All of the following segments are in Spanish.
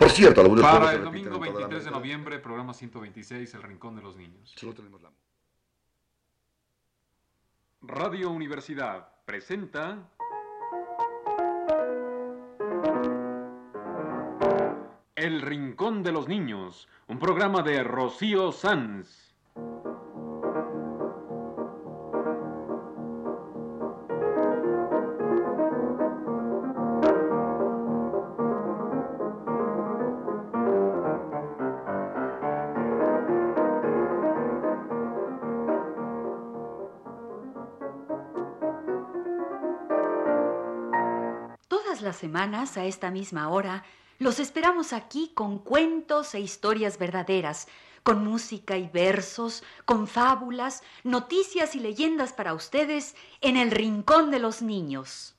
Por cierto, algunos juegos Para se el repiten domingo en toda la 23 de América. noviembre, programa 126, El Rincón de los Niños. Solo tenemos la... Radio Universidad presenta El Rincón de los Niños, un programa de Rocío Sanz. Todas las semanas, a esta misma hora, los esperamos aquí con cuentos e historias verdaderas, con música y versos, con fábulas, noticias y leyendas para ustedes en el Rincón de los Niños.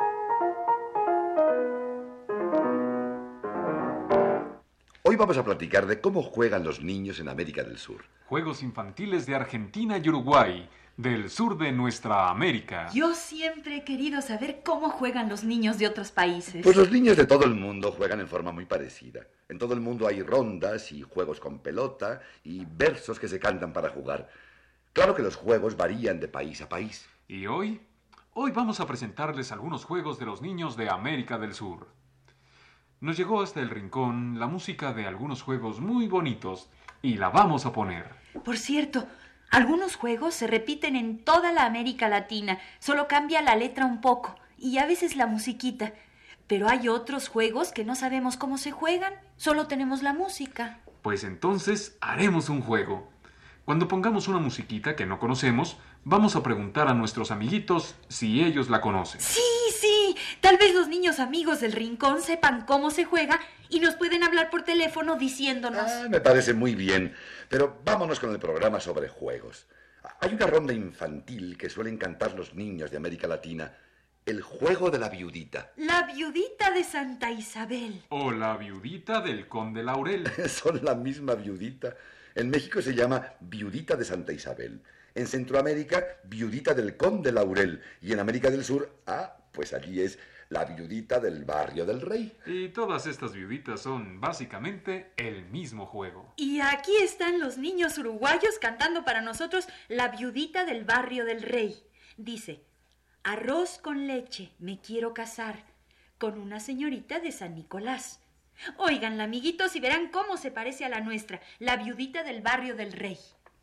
Hoy vamos a platicar de cómo juegan los niños en América del Sur. Juegos infantiles de Argentina y Uruguay, del sur de nuestra América. Yo siempre he querido saber cómo juegan los niños de otros países. Pues los niños de todo el mundo juegan en forma muy parecida. En todo el mundo hay rondas y juegos con pelota y versos que se cantan para jugar. Claro que los juegos varían de país a país. Y hoy vamos a presentarles algunos juegos de los niños de América del Sur. Nos llegó hasta el rincón la música de algunos juegos muy bonitos y la vamos a poner. Por cierto, algunos juegos se repiten en toda la América Latina, solo cambia la letra un poco y a veces la musiquita. Pero hay otros juegos que no sabemos cómo se juegan, solo tenemos la música. Pues entonces haremos un juego. Cuando pongamos una musiquita que no conocemos, vamos a preguntar a nuestros amiguitos si ellos la conocen. Sí, tal vez los niños amigos del rincón sepan cómo se juega y nos pueden hablar por teléfono diciéndonos. Me parece muy bien, pero vámonos con el programa sobre juegos. Hay una ronda infantil que suelen cantar los niños de América Latina, el juego de la viudita. La viudita de Santa Isabel. O la viudita del Conde Laurel. Son la misma viudita. En México se llama viudita de Santa Isabel. En Centroamérica, viudita del Conde Laurel. Y en América del Sur, pues allí es la viudita del Barrio del Rey. Y todas estas viuditas son básicamente el mismo juego. Y aquí están los niños uruguayos cantando para nosotros la viudita del Barrio del Rey. Dice: arroz con leche, me quiero casar con una señorita de San Nicolás. Óiganla, amiguitos, y verán cómo se parece a la nuestra, la viudita del Barrio del Rey.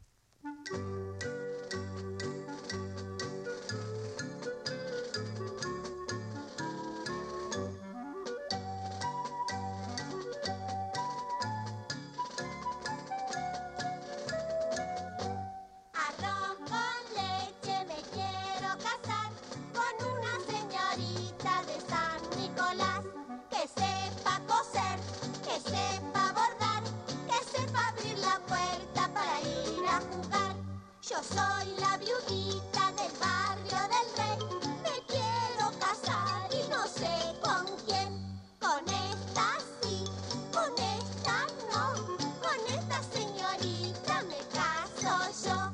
Yo soy la viudita del Barrio del Rey. Me quiero casar y no sé con quién. Con esta sí, con esta no. Con esta señorita me caso yo.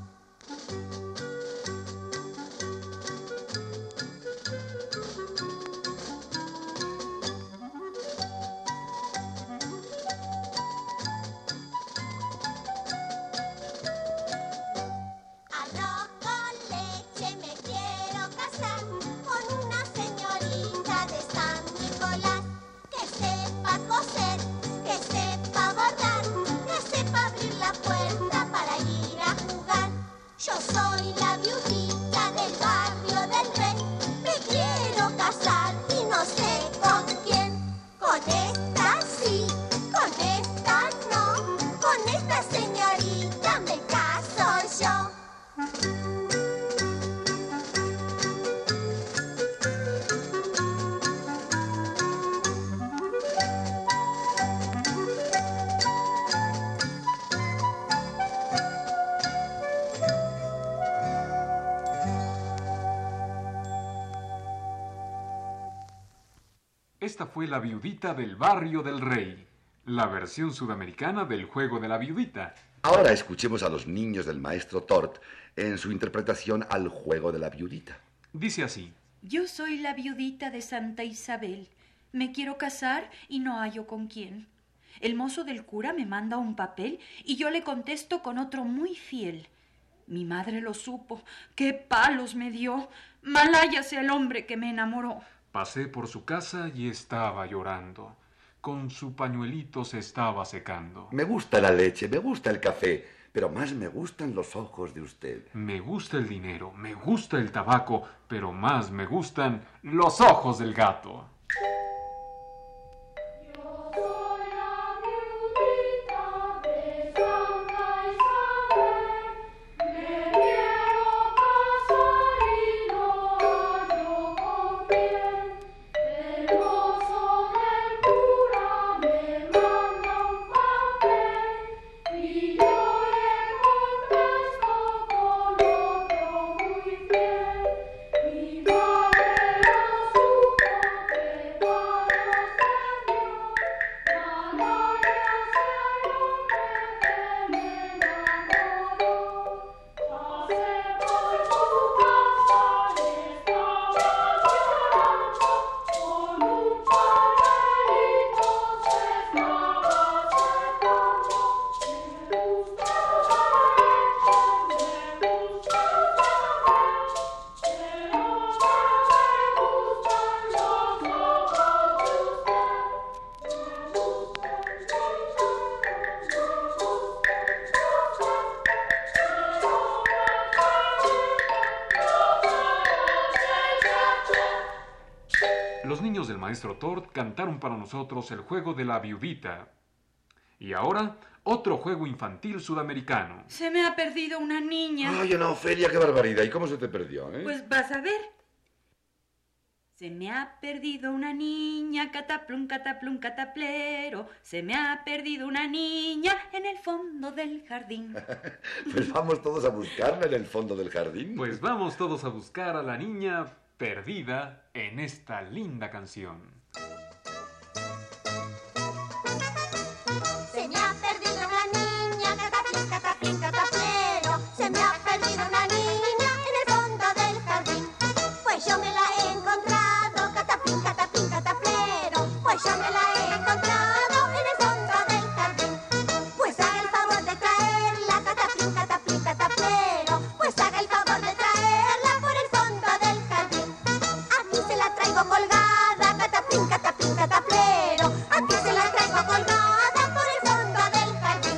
Esta fue la viudita del Barrio del Rey, la versión sudamericana del juego de la viudita. Ahora escuchemos a los niños del maestro Tort en su interpretación al juego de la viudita. Dice así: yo soy la viudita de Santa Isabel. Me quiero casar y no hallo con quién. El mozo del cura me manda un papel y yo le contesto con otro muy fiel. Mi madre lo supo. ¡Qué palos me dio! Malaya sea el hombre que me enamoró. Pasé por su casa y estaba llorando. Con su pañuelito se estaba secando. Me gusta la leche, me gusta el café, pero más me gustan los ojos de usted. Me gusta el dinero, me gusta el tabaco, pero más me gustan los ojos del gato. Los niños del maestro Tort cantaron para nosotros el juego de la viudita. Y ahora, otro juego infantil sudamericano. Se me ha perdido una niña. Ay, Ana Ofelia, qué barbaridad. ¿Y cómo se te perdió, Pues vas a ver. Se me ha perdido una niña, cataplum, cataplum, cataplero. Se me ha perdido una niña en el fondo del jardín. Pues vamos todos a buscarla en el fondo del jardín. Pues vamos todos a buscar a la niña perdida en esta linda canción. Se me ha perdido una niña, cataplín, cataplín, cataplero. Se me ha perdido una niña en el fondo del jardín. Pues yo me la he encontrado, cataplín, cataplín, cataplero. Pues yo me la he encontrado en el fondo del jardín. Pues haga el favor de traerla, cataplín, cataplín, cataplero. Pues haga el favor de traerla por el fondo del jardín. Aquí se la traigo colgada, cataplín, cataplín, cataplero. Aquí se la traigo colgada por el fondo del jardín.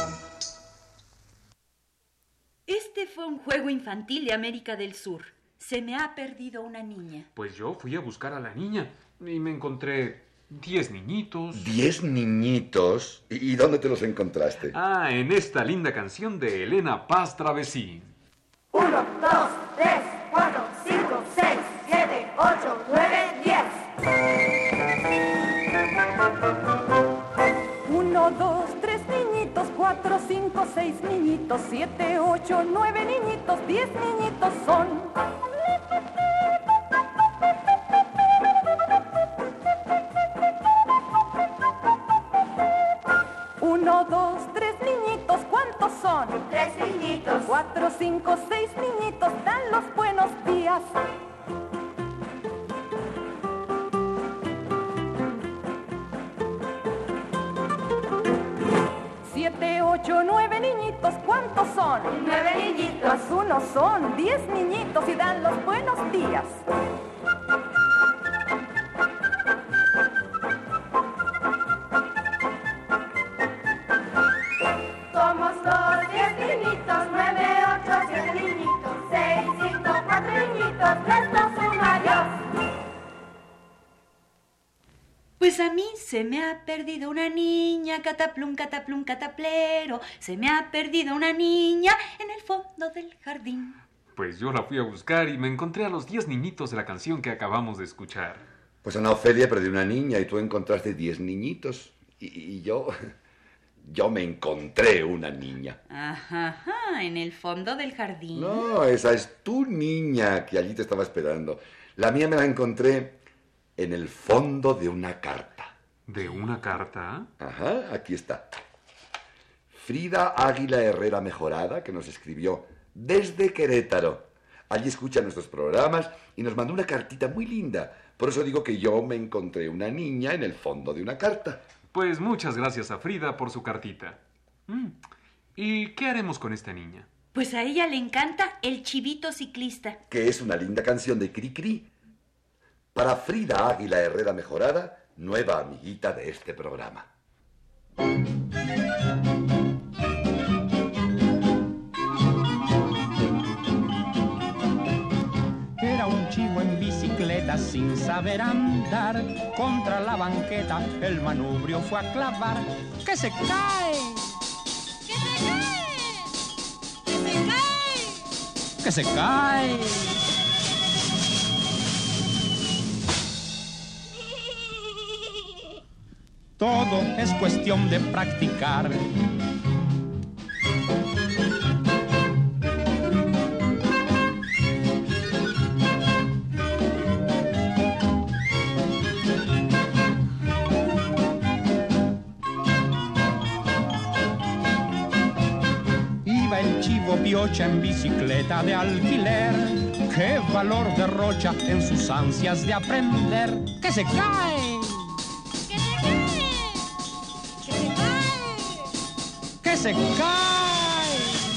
Este fue un juego infantil de América del Sur. Se me ha perdido una niña. Pues yo fui a buscar a la niña y me encontré 10 niñitos. ¿10 niñitos? ¿Y dónde te los encontraste? Ah, en esta linda canción de Elena Paz Travesí. 1, 2, 3, 4, 5, 6, 7, 8, 9, 10. 1, 2, 3 niñitos, 4, 5, 6 niñitos, 7, 8, 9 niñitos, 10 niñitos son. 1, 2, 3 niñitos, ¿cuántos son? 3 niñitos. 4, 5, 6 niñitos, dan los buenos días. 7, 8, 9 niñitos, ¿cuántos son? 9 niñitos. Pues uno son 10 niñitos y dan los buenos días. Somos 2, 10 niñitos, 9, 8, 7 niñitos, 6, 5, 4 niñitos, 3, 2, 1, adiós. Pues a mí se me ha perdido una niña, cataplum, cataplum, cataplero. Se me ha perdido una niña en el fondo del jardín. Pues yo la fui a buscar y me encontré a los 10 niñitos de la canción que acabamos de escuchar. Pues Ana Ofelia perdió una niña y tú encontraste 10 niñitos. Y yo me encontré una niña. Ajá, en el fondo del jardín. No, esa es tu niña que allí te estaba esperando. La mía me la encontré en el fondo de una carta. ¿De una carta? Ajá, aquí está. Frida Águila Herrera Mejorada, que nos escribió desde Querétaro. Allí escucha nuestros programas y nos mandó una cartita muy linda. Por eso digo que yo me encontré una niña en el fondo de una carta. Pues muchas gracias a Frida por su cartita. ¿Y qué haremos con esta niña? Pues a ella le encanta El Chivito Ciclista. Que es una linda canción de Cricri. Para Frida Águila Herrera Mejorada, nueva amiguita de este programa. Era un chivo en bicicleta sin saber andar. Contra la banqueta el manubrio fue a clavar. ¡Que se cae! ¡Que se cae! ¡Que se cae! ¡Que se cae! Todo es cuestión de practicar. Iba el chivo piocha en bicicleta de alquiler. ¡Qué valor derrocha en sus ansias de aprender! ¡Que se cae! ¡Que se cae!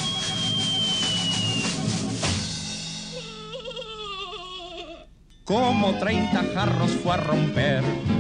Como 30 jarros fue a romper.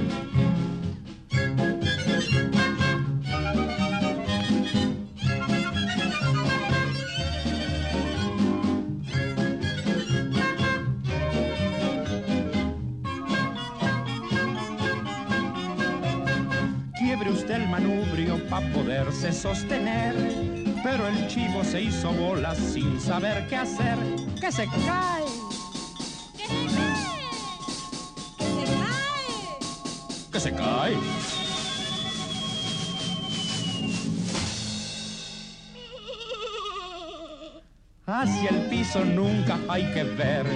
Quiebre usted el manubrio para poderse sostener, pero el chivo se hizo bolas sin saber qué hacer. ¡Que se cae! ¡Que se cae! ¡Que se cae! ¡Que se cae! Hacia el piso nunca hay que ver.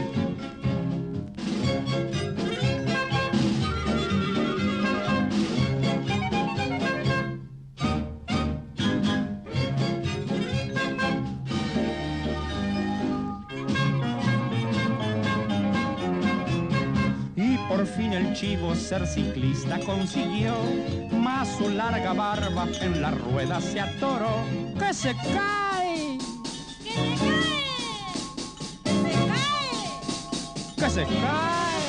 Por fin el chivo ser ciclista consiguió, mas su larga barba en la rueda se atoró. ¡Que se cae! ¡Que se cae! ¡Que se cae! ¡Que se cae!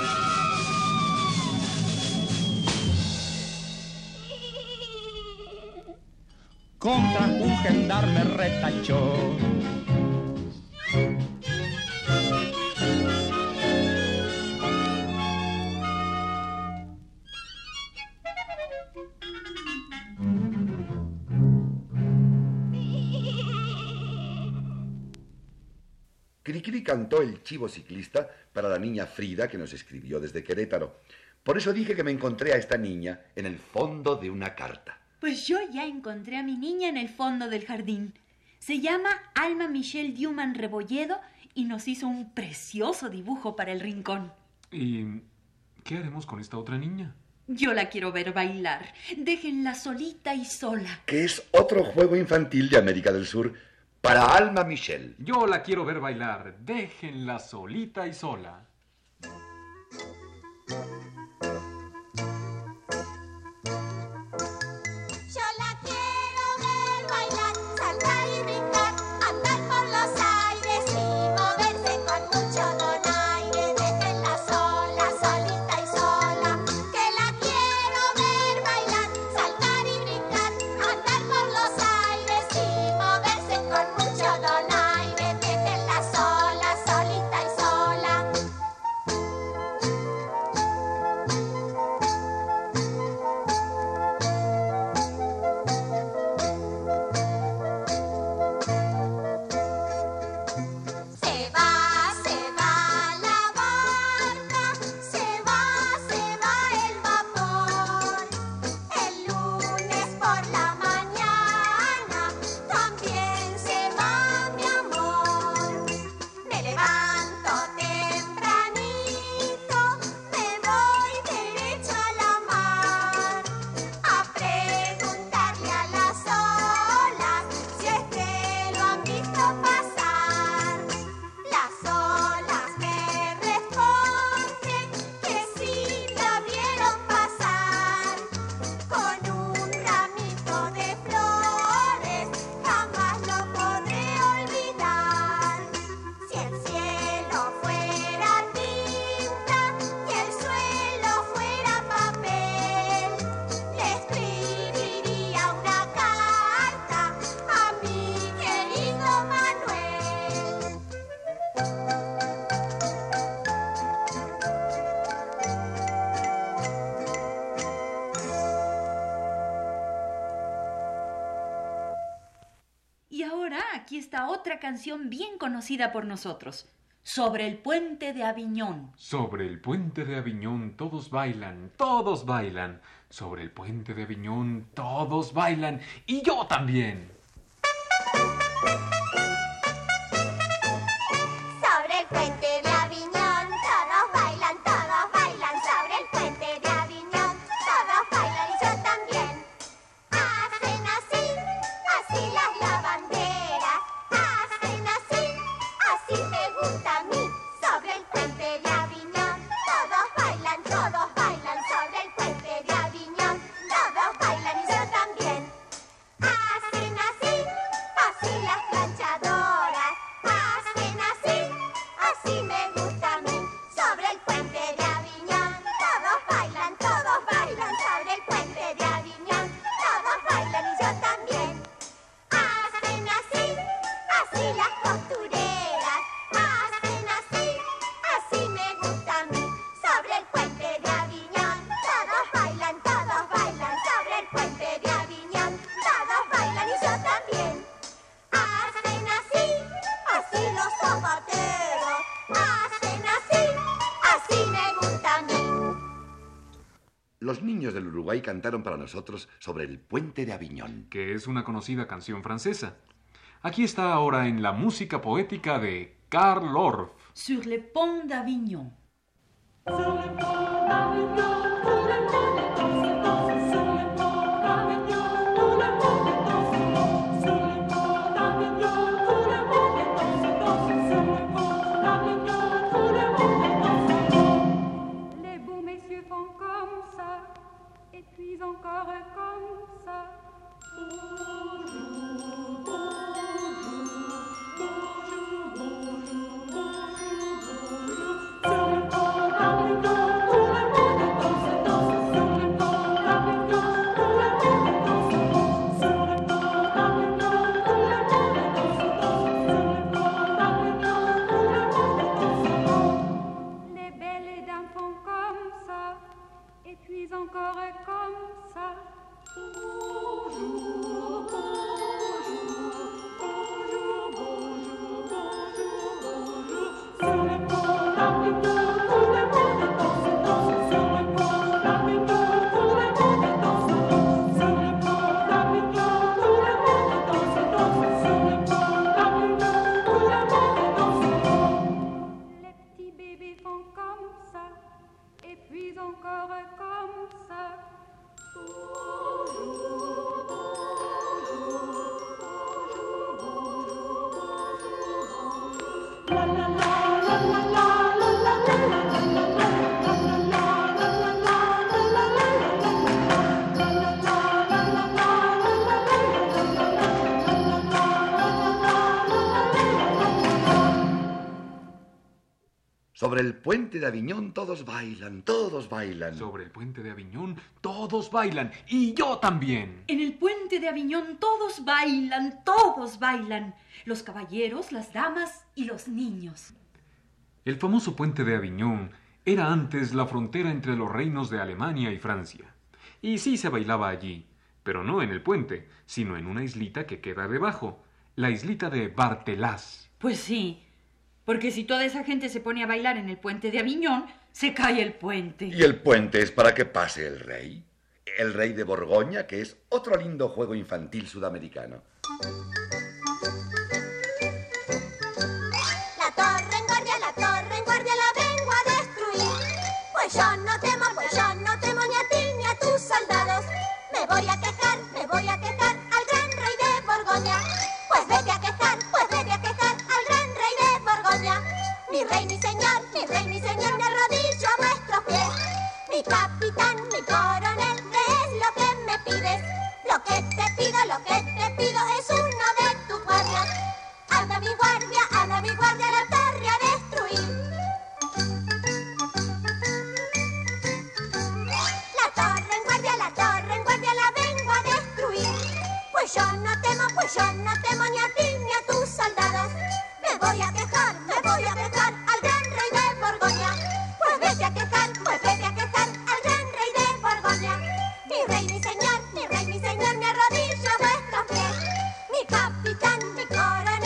Contra un gendarme retachó. Cricri cantó El Chivo Ciclista para la niña Frida, que nos escribió desde Querétaro. Por eso dije que me encontré a esta niña en el fondo de una carta. Pues yo ya encontré a mi niña en el fondo del jardín. Se llama Alma Michelle Duman Rebolledo y nos hizo un precioso dibujo para el rincón. ¿Y qué haremos con esta otra niña? Yo la quiero ver bailar. Déjenla solita y sola. Que es otro juego infantil de América del Sur para Alma Michelle. Yo la quiero ver bailar. Déjenla solita y sola. Yo la quiero ver bailar, saltar y brincar, andar por los aires y moverse con mucho donaire. Déjenla sola, solita y sola. Que la quiero ver bailar, saltar y brincar, andar por los aires y moverse con mucho donaire. Déjenla sola, solita y sola. aquí está otra canción bien conocida por nosotros. Sobre el puente de Aviñón. Sobre el puente de Aviñón todos bailan, todos bailan. Sobre el puente de Aviñón todos bailan. Y yo también. Sobre el puente de Aviñón, todos bailan, sobre el puente de Aviñón, todos bailan y yo también. Hacen así, así las lavanderas, hacen así me gusta a mí. Sobre el puente de Aviñón, todos bailan, sobre el puente de Aviñón, todos bailan y yo también. Hacen así las planchadoras, hacen así me gusta a mí. Sobre el puente de Aviñón, todos bailan, sobre el puente de Aviñón, todos bailan y yo también. Hacen así las costureras, hacen así me gusta a mí. Sobre el puente de Aviñón, todos bailan, sobre el puente de Aviñón, todos bailan y yo también. Hacen así los zapateros, hacen así me gusta a mí. Los niños del Uruguay cantaron para nosotros sobre el puente de Aviñón. Que es una conocida canción francesa. Aquí está ahora en la música poética de Carl Orff. Sur le pont d'Avignon. Les beaux messieurs font comme ça, et puis encore comme ça. Les belles dames font comme ça, et puis encore comme ça. Les petits bébés font comme ça, et puis encore comme ça. Sobre el puente de Aviñón todos bailan, todos bailan. Sobre el puente de Aviñón todos bailan. Y yo también. En el puente de Aviñón todos bailan. Los caballeros, las damas y los niños. El famoso puente de Aviñón era antes la frontera entre los reinos de Alemania y Francia. Y sí se bailaba allí, pero no en el puente, sino en una islita que queda debajo, la islita de Bartelás. Pues sí, porque si toda esa gente se pone a bailar en el puente de Aviñón, se cae el puente. ¿Y el puente es para que pase el rey? El rey de Borgoña, que es otro lindo juego infantil sudamericano. La torre en guardia, la vengo a destruir. Pues yo no temo ni a ti ni a tus soldados. Me voy a quejar al gran rey de Borgoña. Pues vete a quejar al gran rey de Borgoña. Mi rey, mi señor, me arrodillo a vuestros pies. Mi capitán, mi coronel, ¿qué es lo que me pides? Lo que te pido es uno de tus guardias. Anda mi guardia, la torre a destruir. La torre en guardia, la vengo a destruir. Pues yo no temo ni a ti ni a tus soldados. Me voy a quejar al gran rey de Borgoña. Pues vete a quejar al gran rey de Borgoña. Mi rey, mi señor, me arrodillo a vuestros pies. Mi capitán, mi coronel,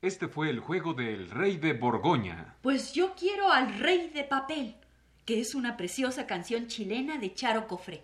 Este fue el juego del Rey de Borgoña. Pues yo quiero al Rey de Papel, que es una preciosa canción chilena de Charo Cofré.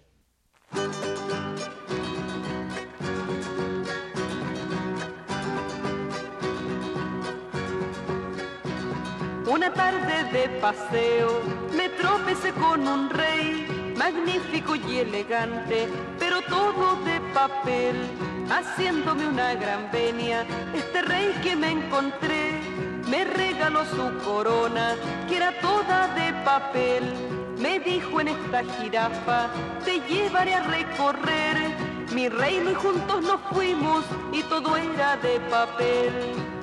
Una tarde de paseo me tropecé con un rey, magnífico y elegante, pero todo de papel, haciéndome una gran venia. Este rey que me encontré me regaló su corona, que era toda de papel. Me dijo: en esta jirafa te llevaré a recorrer mi reino, y juntos nos fuimos y todo era de papel.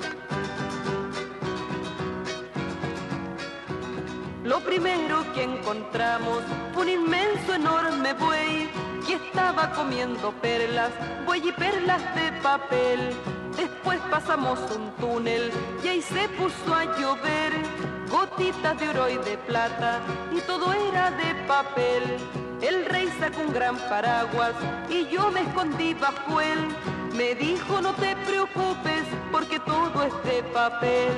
Lo primero que encontramos fue un inmenso, enorme buey que estaba comiendo perlas, buey y perlas de papel. Después pasamos un túnel y ahí se puso a llover gotitas de oro y de plata, y todo era de papel. El rey sacó un gran paraguas y yo me escondí bajo él. Me dijo: no te preocupes porque todo es de papel.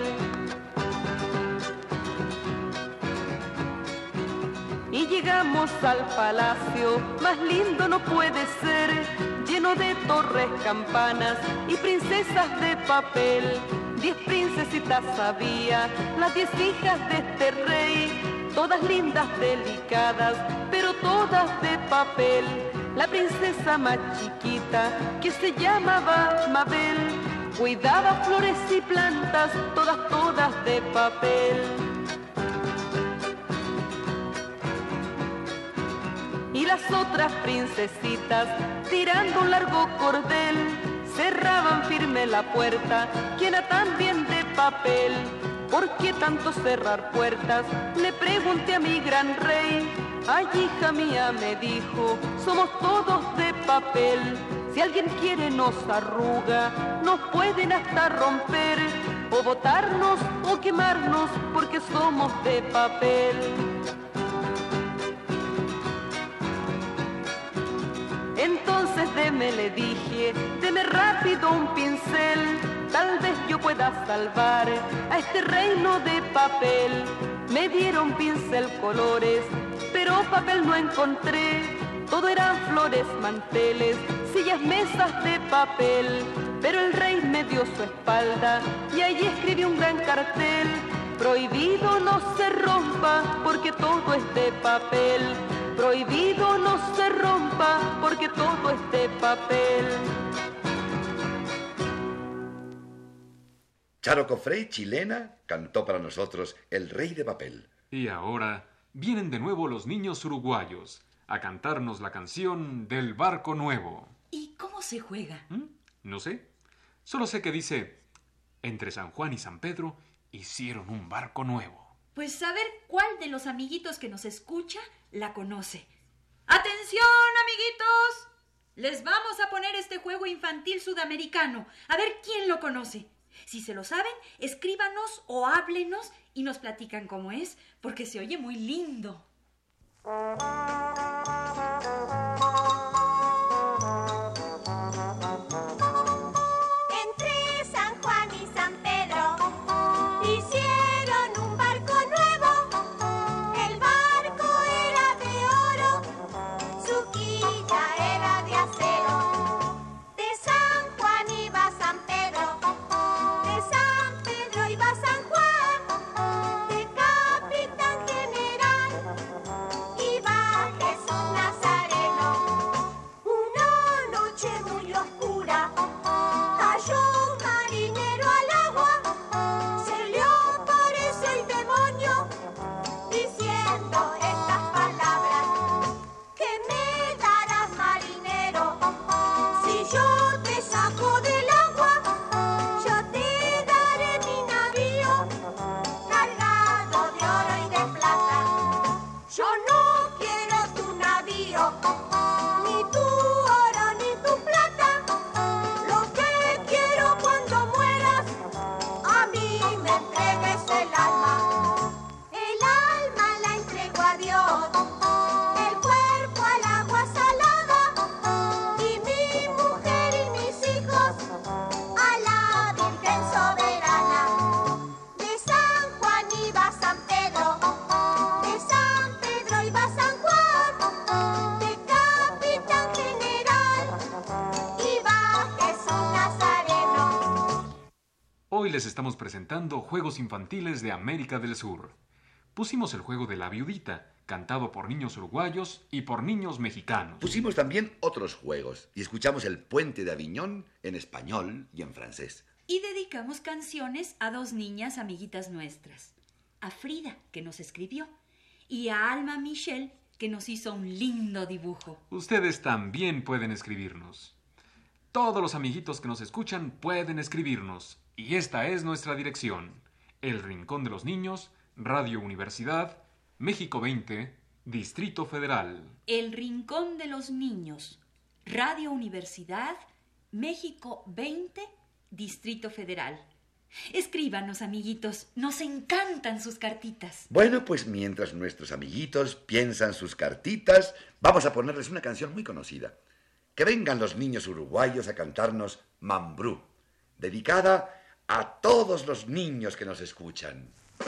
Y llegamos al palacio, más lindo no puede ser, lleno de torres, campanas y princesas de papel. 10 princesitas había, las 10 hijas de este rey, todas lindas, delicadas, pero todas de papel. La princesa más chiquita, que se llamaba Mabel, cuidaba flores y plantas, todas de papel. Y las otras princesitas, tirando un largo cordel, cerraban firme la puerta, que era también de papel. ¿Por qué tanto cerrar puertas?, le pregunté a mi gran rey. Ay, hija mía, me dijo, somos todos de papel. Si alguien quiere nos arruga, nos pueden hasta romper, o botarnos o quemarnos, porque somos de papel. Entonces deme, le dije, deme rápido un pincel, tal vez yo pueda salvar a este reino de papel. Me dieron pincel, colores, pero papel no encontré. Todo eran flores, manteles, sillas, mesas de papel. Pero el rey me dio su espalda y ahí escribió un gran cartel: prohibido no se rompa porque todo es de papel. Prohibido no se rompa porque todo es de papel. Charo Cofré, chilena, cantó para nosotros El Rey de Papel. Y ahora vienen de nuevo los niños uruguayos a cantarnos la canción del barco nuevo. ¿Y cómo se juega? No sé. Solo sé que dice: entre San Juan y San Pedro hicieron un barco nuevo. Pues a ver cuál de los amiguitos que nos escucha la conoce. ¡Atención, amiguitos! Les vamos a poner este juego infantil sudamericano. A ver quién lo conoce. Si se lo saben, escríbanos o háblenos y nos platican cómo es, porque se oye muy lindo. Entre San Juan y San Pedro hicieron un barco nuevo. El barco era de oro, su quilla era de acero. De San Juan iba San Pedro, de San Pedro iba San Juan, de capitán general iba Jesús Nazareno. Una noche muy oscura cayó un marinero al agua, se le apareció el demonio diciendo estas palabras: ¿qué me darás, marinero, si yo te saco del agua? Yo te daré mi navío cargado de oro y de plata. Yo no quiero tu navío, ni tu oro ni tu plata. les estamos presentando juegos infantiles de América del Sur. Pusimos el juego de la viudita, cantado por niños uruguayos y por niños mexicanos. Pusimos también otros juegos y escuchamos El Puente de Aviñón en español y en francés. Y dedicamos canciones a 2 niñas amiguitas nuestras. A Frida, que nos escribió, y a Alma Michel, que nos hizo un lindo dibujo. Ustedes también pueden escribirnos. Todos los amiguitos que nos escuchan pueden escribirnos. Y esta es nuestra dirección. El Rincón de los Niños, Radio Universidad, México 20, Distrito Federal. El Rincón de los Niños, Radio Universidad, México 20, Distrito Federal. Escríbanos, amiguitos. Nos encantan sus cartitas. Bueno, pues mientras nuestros amiguitos piensan sus cartitas, vamos a ponerles una canción muy conocida. Que vengan los niños uruguayos a cantarnos Mambrú, dedicada a todos los niños que nos escuchan.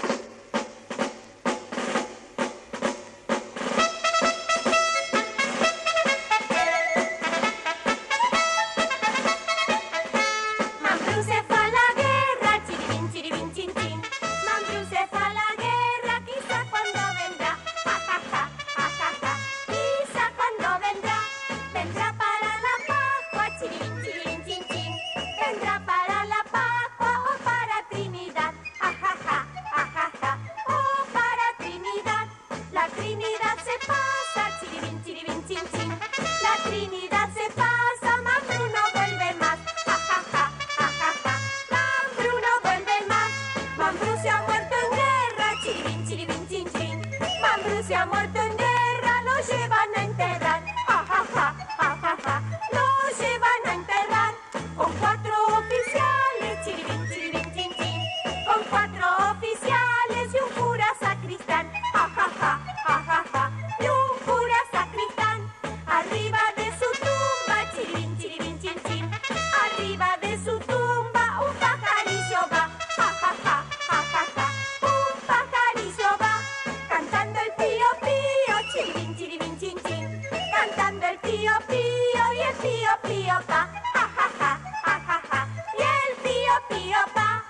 Se ha muerto en guerra, lo llevan a enterrar. Ja, ja, ja, ja, ja, ja. Lo llevan a enterrar con 4 oficiales, chiribín, chiribín, chin, chin. Con 4 oficiales y un cura sacristán. Ja, ja, ja, ja, ja, ja. Y un cura sacristán. Arriba de su tumba, chiribín, chiribín, chin, chin. Arriba de su tumba un pajarillo va. Ja, ja, ja, ja, ja, ja. Un pajarillo va. Cantando el pío pío, chiribín, chiribín, chin, chin. Cantando el pío pío y el pío pío pa. Ja, ja, ja, ja, ja, ja. Y el pío pío pa.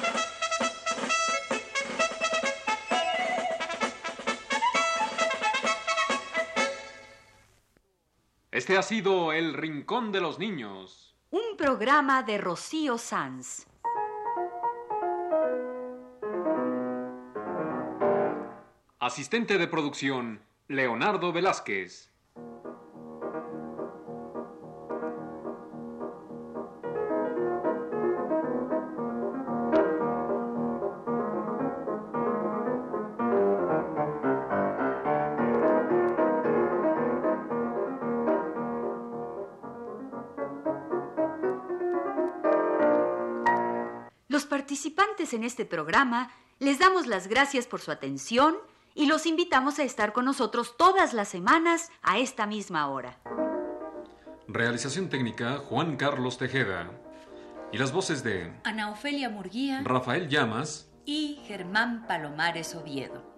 Este ha sido El Rincón de los Niños. Un programa de Rocío Sanz. Asistente de producción, Leonardo Velázquez. Los participantes en este programa les damos las gracias por su atención y los invitamos a estar con nosotros todas las semanas a esta misma hora. Realización técnica, Juan Carlos Tejeda. Y las voces de Ana Ofelia Murguía Rafael Llamas y Germán Palomares Oviedo.